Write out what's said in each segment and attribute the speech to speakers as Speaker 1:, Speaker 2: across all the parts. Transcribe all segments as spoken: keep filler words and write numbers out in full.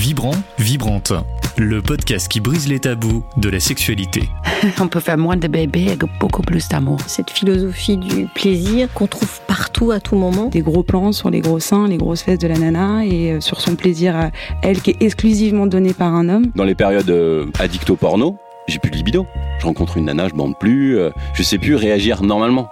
Speaker 1: Vibrant, Vibrante, le podcast qui brise les tabous de la sexualité.
Speaker 2: On peut faire moins de bébés avec beaucoup plus d'amour.
Speaker 3: Cette philosophie du plaisir qu'on trouve partout à tout moment.
Speaker 2: Des gros plans sur les gros seins, les grosses fesses de la nana et sur son plaisir à elle qui est exclusivement donné par un homme.
Speaker 4: Dans les périodes euh, addict au porno, j'ai plus de libido. Je rencontre une nana, je bande plus, euh, je sais plus réagir normalement.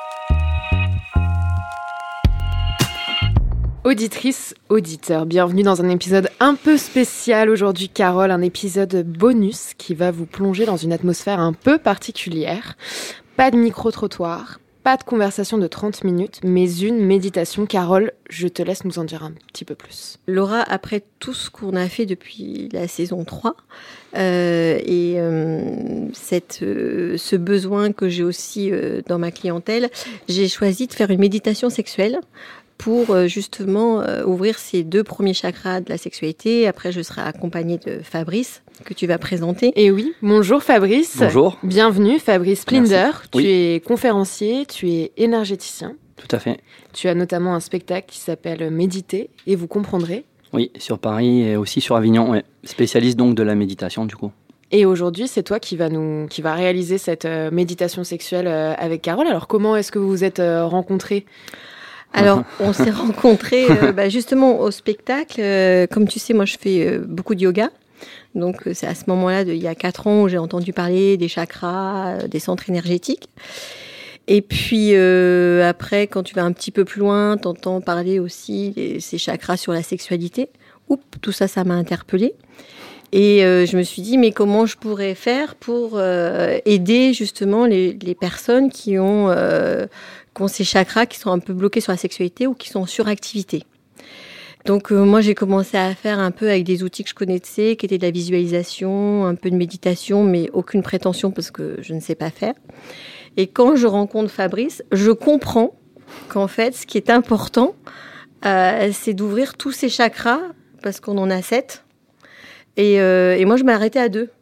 Speaker 5: Auditrices, auditeurs, bienvenue dans un épisode un peu spécial aujourd'hui, Carole, un épisode bonus qui va vous plonger dans une atmosphère un peu particulière. Pas de micro-trottoir, pas de conversation de trente minutes, mais une méditation. Carole, je te laisse nous en dire un petit peu plus.
Speaker 3: Laura, après tout ce qu'on a fait depuis la saison trois, euh, et euh, cette, euh, ce besoin que j'ai aussi euh, dans ma clientèle, j'ai choisi de faire une méditation sexuelle pour euh, justement euh, ouvrir ces deux premiers chakras de la sexualité. Après, je serai accompagnée de Fabrice, que tu vas présenter.
Speaker 5: Et oui, bonjour Fabrice.
Speaker 6: Bonjour.
Speaker 5: Bienvenue Fabrice Splinder.
Speaker 6: Merci.
Speaker 5: Tu
Speaker 6: Oui.
Speaker 5: es conférencier, tu es énergéticien.
Speaker 6: Tout à fait.
Speaker 5: Tu as notamment un spectacle qui s'appelle Méditer et vous comprendrez.
Speaker 6: Oui, sur Paris et aussi sur Avignon, ouais. Spécialiste donc de la méditation du coup.
Speaker 5: Et aujourd'hui, c'est toi qui va nous, qui va réaliser cette euh, méditation sexuelle euh, avec Carole. Alors comment est-ce que vous vous êtes euh, rencontrés ?
Speaker 3: Alors, on s'est rencontrés euh, bah, justement au spectacle. Euh, comme tu sais, moi, je fais euh, beaucoup de yoga. Donc, euh, c'est à ce moment-là, de, il y a quatre ans, où j'ai entendu parler des chakras, euh, des centres énergétiques. Et puis, euh, après, quand tu vas un petit peu plus loin, t'entends parler aussi de ces chakras sur la sexualité. Oups, tout ça, ça m'a interpellée. Et euh, je me suis dit, mais comment je pourrais faire pour euh, aider justement les, les personnes qui ont... Euh, qui ont ces chakras qui sont un peu bloqués sur la sexualité ou qui sont en suractivité. Donc euh, moi, j'ai commencé à faire un peu avec des outils que je connaissais, qui étaient de la visualisation, un peu de méditation, mais aucune prétention parce que je ne sais pas faire. Et quand je rencontre Fabrice, je comprends qu'en fait, ce qui est important, euh, c'est d'ouvrir tous ces chakras, parce qu'on en a sept. Et, euh, et moi, je m'ai arrêtée à deux.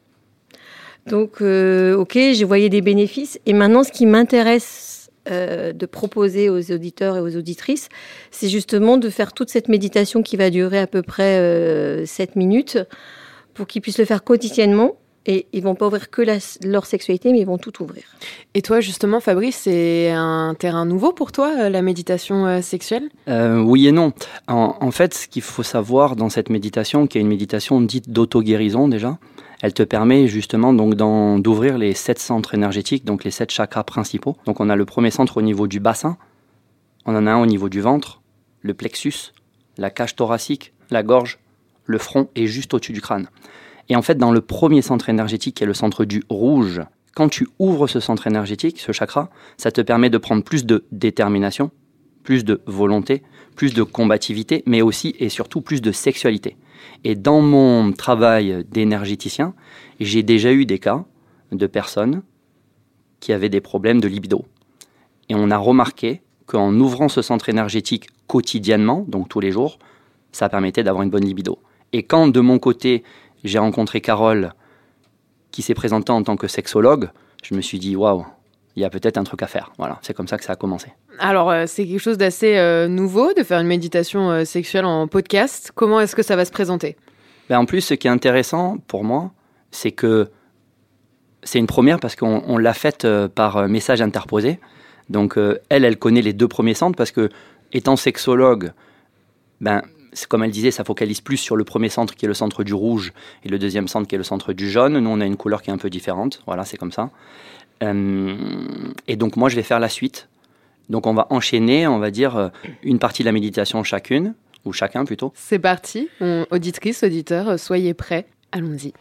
Speaker 3: Donc, euh, ok, j'ai voyé des bénéfices. Et maintenant, ce qui m'intéresse Euh, de proposer aux auditeurs et aux auditrices, c'est justement de faire toute cette méditation qui va durer à peu près euh, sept minutes pour qu'ils puissent le faire quotidiennement et ils vont pas ouvrir que la, leur sexualité, mais ils vont tout ouvrir.
Speaker 5: Et toi, justement, Fabrice, c'est un terrain nouveau pour toi, euh, la méditation euh, sexuelle ?
Speaker 6: Euh, oui et non. En, en fait, ce qu'il faut savoir dans cette méditation, qui est une méditation dite d'auto-guérison déjà, elle te permet justement donc d'en, d'ouvrir les sept centres énergétiques, donc les sept chakras principaux. Donc on a le premier centre au niveau du bassin, on en a un au niveau du ventre, le plexus, la cage thoracique, la gorge, le front et juste au-dessus du crâne. Et en fait, dans le premier centre énergétique, qui est le centre du rouge, quand tu ouvres ce centre énergétique, ce chakra, ça te permet de prendre plus de détermination, plus de volonté, plus de combativité, mais aussi et surtout plus de sexualité. Et dans mon travail d'énergéticien, j'ai déjà eu des cas de personnes qui avaient des problèmes de libido. Et on a remarqué qu'en ouvrant ce centre énergétique quotidiennement, donc tous les jours, ça permettait d'avoir une bonne libido. Et quand de mon côté, j'ai rencontré Carole, qui s'est présentée en tant que sexologue, je me suis dit, waouh, il y a peut-être un truc à faire. Voilà, c'est comme ça que ça a commencé.
Speaker 5: Alors, euh, c'est quelque chose d'assez euh, nouveau de faire une méditation euh, sexuelle en podcast. Comment est-ce que ça va se présenter ?
Speaker 6: Ben en plus, ce qui est intéressant pour moi, c'est que c'est une première parce qu'on on l'a faite euh, par message interposé. Donc, euh, elle, elle connaît les deux premiers centres parce que, étant sexologue, ben, c'est comme elle disait, ça focalise plus sur le premier centre qui est le centre du rouge et le deuxième centre qui est le centre du jaune. Nous, on a une couleur qui est un peu différente. Voilà, c'est comme ça. Euh, et donc, moi, je vais faire la suite. Donc, on va enchaîner, on va dire, une partie de la méditation chacune, ou chacun plutôt.
Speaker 5: C'est parti. On, auditrices, auditeurs, soyez prêts. Allons-y.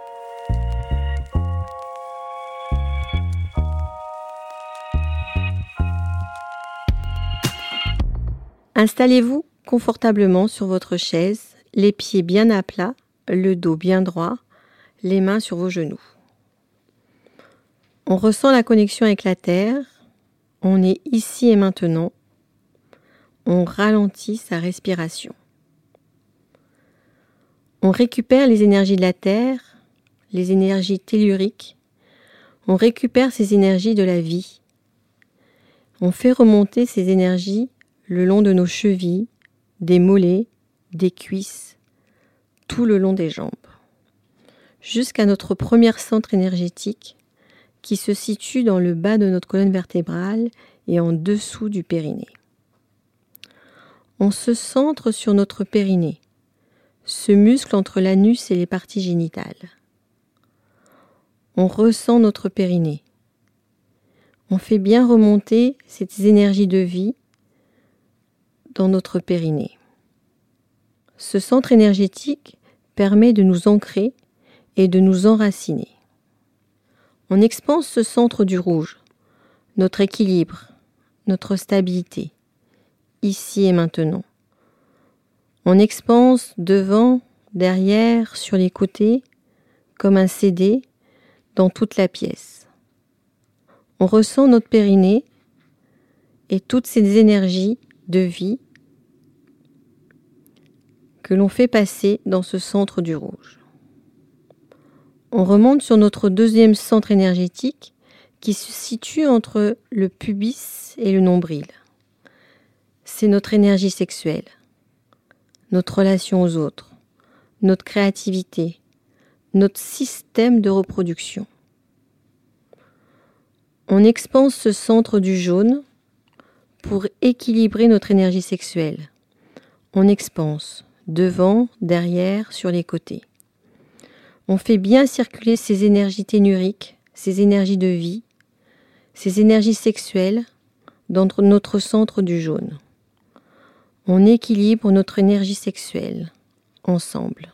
Speaker 3: Installez-vous confortablement sur votre chaise, les pieds bien à plat, le dos bien droit, les mains sur vos genoux. On ressent la connexion avec la terre, on est ici et maintenant, on ralentit sa respiration. On récupère les énergies de la terre, les énergies telluriques, on récupère ces énergies de la vie. On fait remonter ces énergies le long de nos chevilles, des mollets, des cuisses, tout le long des jambes, jusqu'à notre premier centre énergétique qui se situe dans le bas de notre colonne vertébrale et en dessous du périnée. On se centre sur notre périnée, ce muscle entre l'anus et les parties génitales. On ressent notre périnée. On fait bien remonter ces énergies de vie dans notre périnée. Ce centre énergétique permet de nous ancrer et de nous enraciner. On expanse ce centre du rouge, notre équilibre, notre stabilité, ici et maintenant. On expanse devant, derrière, sur les côtés, comme un C D, dans toute la pièce. On ressent notre périnée et toutes ces énergies de vie que l'on fait passer dans ce centre du rouge. On remonte sur notre deuxième centre énergétique qui se situe entre le pubis et le nombril. C'est notre énergie sexuelle, notre relation aux autres, notre créativité, notre système de reproduction. On expanse ce centre du jaune pour équilibrer notre énergie sexuelle. On expanse devant, derrière, sur les côtés. On fait bien circuler ces énergies telluriques, ces énergies de vie, ces énergies sexuelles dans notre centre du jaune. On équilibre notre énergie sexuelle ensemble.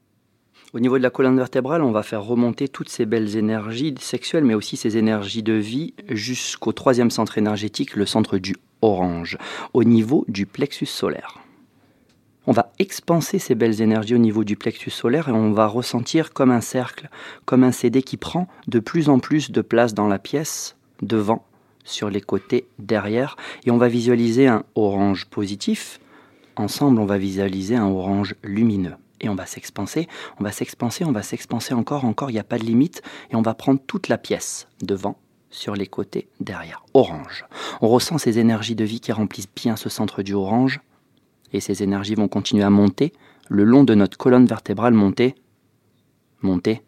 Speaker 6: Au niveau de la colonne vertébrale, on va faire remonter toutes ces belles énergies sexuelles, mais aussi ces énergies de vie jusqu'au troisième centre énergétique, le centre du orange, au niveau du plexus solaire. On va expanser ces belles énergies au niveau du plexus solaire et on va ressentir comme un cercle, comme un C D qui prend de plus en plus de place dans la pièce, devant, sur les côtés, derrière. Et on va visualiser un orange positif. Ensemble, on va visualiser un orange lumineux. Et on va s'expanser, on va s'expanser, on va s'expanser encore, encore, il n'y a pas de limite. Et on va prendre toute la pièce, devant, sur les côtés, derrière. Orange. On ressent ces énergies de vie qui remplissent bien ce centre du orange. Et ces énergies vont continuer à monter le long de notre colonne vertébrale, monter, monter,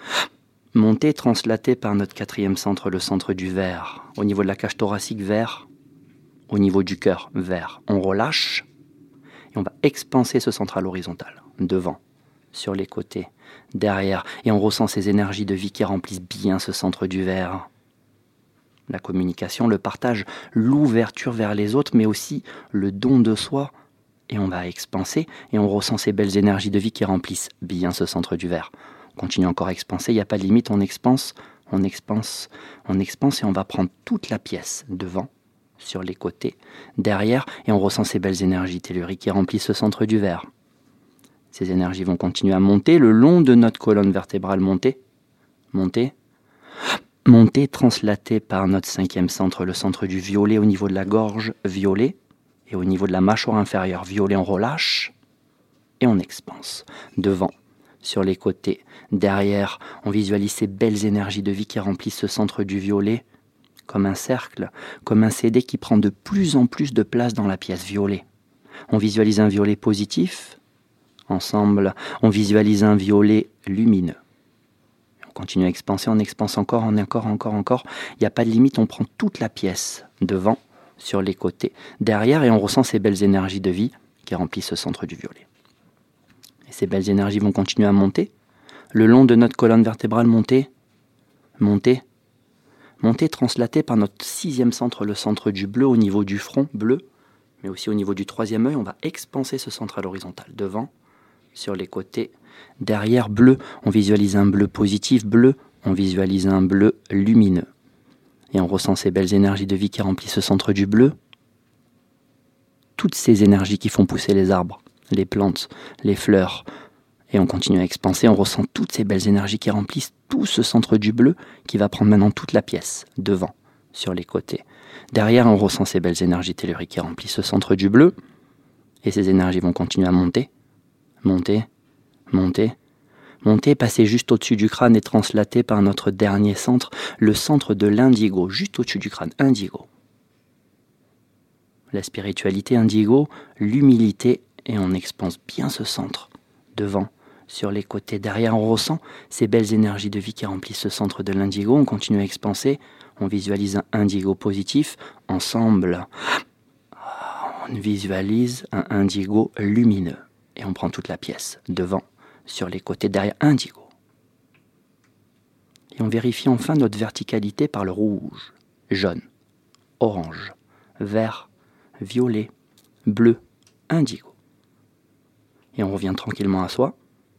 Speaker 6: monter, translaté par notre quatrième centre, le centre du vert. Au niveau de la cage thoracique, vert. Au niveau du cœur, vert. On relâche et on va expanser ce centre à l'horizontale, devant, sur les côtés, derrière. Et on ressent ces énergies de vie qui remplissent bien ce centre du vert. La communication, le partage, l'ouverture vers les autres, mais aussi le don de soi. Et on va expanser et on ressent ces belles énergies de vie qui remplissent bien ce centre du vert. On continue encore à expanser, il n'y a pas de limite, on expanse, on expanse, on expanse et on va prendre toute la pièce devant, sur les côtés, derrière, et on ressent ces belles énergies telluriques qui remplissent ce centre du vert. Ces énergies vont continuer à monter le long de notre colonne vertébrale, monter, monter, monter, translaté par notre cinquième centre, le centre du violet au niveau de la gorge, violet. Et au niveau de la mâchoire inférieure, violet, on relâche et on expanse. Devant, sur les côtés, derrière, on visualise ces belles énergies de vie qui remplissent ce centre du violet comme un cercle, comme un C D qui prend de plus en plus de place dans la pièce violet. On visualise un violet positif. Ensemble, on visualise un violet lumineux. On continue à expanser, on expanse encore, on encore, encore, encore. Il n'y a pas de limite, on prend toute la pièce devant, sur les côtés, derrière, et on ressent ces belles énergies de vie qui remplissent ce centre du violet. Et ces belles énergies vont continuer à monter, le long de notre colonne vertébrale, monter, monter, monter, translaté par notre sixième centre, le centre du bleu, au niveau du front, bleu, mais aussi au niveau du troisième œil, on va expanser ce centre à l'horizontale, devant, sur les côtés, derrière, bleu, on visualise un bleu positif, bleu, on visualise un bleu lumineux. Et on ressent ces belles énergies de vie qui remplissent ce centre du bleu. Toutes ces énergies qui font pousser les arbres, les plantes, les fleurs. Et on continue à expanser, on ressent toutes ces belles énergies qui remplissent tout ce centre du bleu qui va prendre maintenant toute la pièce, devant, sur les côtés. Derrière, on ressent ces belles énergies telluriques qui remplissent ce centre du bleu. Et ces énergies vont continuer à monter, monter, monter. Monter, passer juste au-dessus du crâne et translater par notre dernier centre, le centre de l'indigo, juste au-dessus du crâne, indigo. La spiritualité indigo, l'humilité, et on expanse bien ce centre, devant, sur les côtés. Derrière, on ressent ces belles énergies de vie qui remplissent ce centre de l'indigo. On continue à expanser. On visualise un indigo positif. Ensemble, on visualise un indigo lumineux. Et on prend toute la pièce, devant, sur les côtés, derrière, indigo. Et on vérifie enfin notre verticalité par le rouge, jaune, orange, vert, violet, bleu, indigo. Et on revient tranquillement à soi,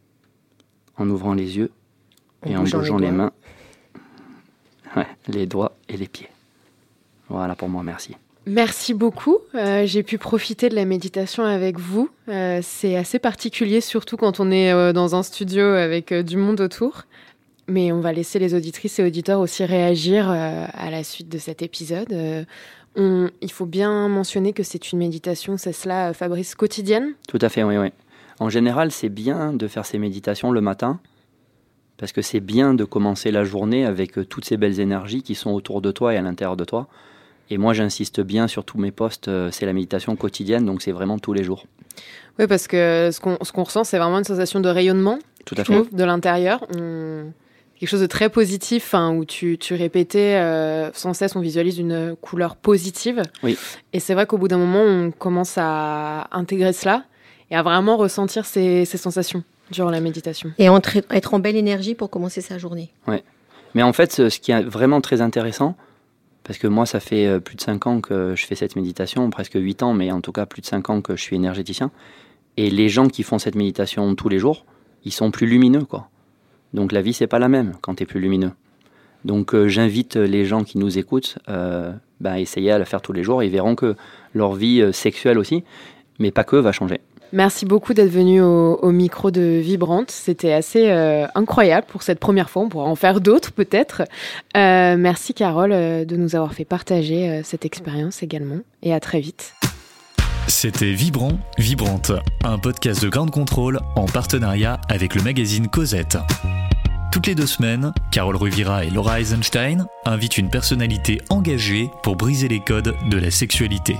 Speaker 6: en ouvrant les yeux et en bougeant les, les mains, ouais, les doigts et les pieds. Voilà pour moi, merci.
Speaker 5: Merci beaucoup. Euh, j'ai pu profiter de la méditation avec vous. Euh, c'est assez particulier, surtout quand on est euh, dans un studio avec euh, du monde autour. Mais on va laisser les auditrices et auditeurs aussi réagir euh, à la suite de cet épisode. Euh, on, il faut bien mentionner que c'est une méditation, c'est cela, Fabrice, quotidienne ?
Speaker 6: Tout à fait, oui, oui. En général, c'est bien de faire ces méditations le matin, parce que c'est bien de commencer la journée avec euh, toutes ces belles énergies qui sont autour de toi et à l'intérieur de toi. Et moi, j'insiste bien sur tous mes posts, euh, c'est la méditation quotidienne, donc c'est vraiment tous les jours.
Speaker 5: Oui, parce que ce qu'on, ce qu'on ressent, c'est vraiment une sensation de rayonnement,
Speaker 6: Tout à
Speaker 5: je
Speaker 6: fait.
Speaker 5: trouve, de l'intérieur. On... Quelque chose de très positif, hein, où tu, tu répétais euh, sans cesse, on visualise une couleur positive.
Speaker 6: Oui.
Speaker 5: Et c'est vrai qu'au bout d'un moment, on commence à intégrer cela et à vraiment ressentir ces, ces sensations durant la méditation.
Speaker 3: Et entre, être en belle énergie pour commencer sa journée.
Speaker 6: Oui. Mais en fait, ce, ce qui est vraiment très intéressant, parce que moi, ça fait plus de cinq ans que je fais cette méditation, presque huit ans, mais en tout cas plus de cinq ans que je suis énergéticien. Et les gens qui font cette méditation tous les jours, ils sont plus lumineux, quoi. Donc la vie, c'est pas la même quand tu es plus lumineux. Donc euh, j'invite les gens qui nous écoutent euh, bah, à essayer à la faire tous les jours. Ils verront que leur vie euh, sexuelle aussi, mais pas que, va changer.
Speaker 5: Merci beaucoup d'être venu au, au micro de Vibrante. C'était assez euh, incroyable pour cette première fois. On pourra en faire d'autres peut-être. Euh, merci Carole euh, de nous avoir fait partager euh, cette expérience également. Et à très vite.
Speaker 1: C'était Vibrant, Vibrante, un podcast de Ground Control en partenariat avec le magazine Cosette. Toutes les deux semaines, Carole Ruvira et Laura Eisenstein invitent une personnalité engagée pour briser les codes de la sexualité.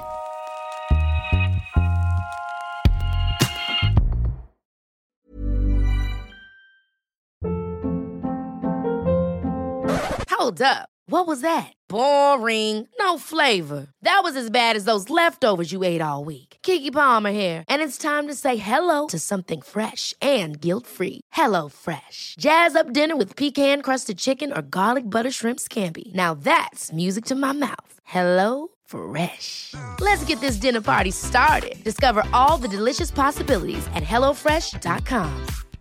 Speaker 7: Hold up. What was that? Boring. No flavor. That was as bad as those leftovers you ate all week. Keke Palmer here, and it's time to say hello to something fresh and guilt-free. Hello Fresh. Jazz up dinner with pecan-crusted chicken or garlic butter shrimp scampi. Now that's music to my mouth. Hello Fresh. Let's get this dinner party started. Discover all the delicious possibilities at hello fresh dot com.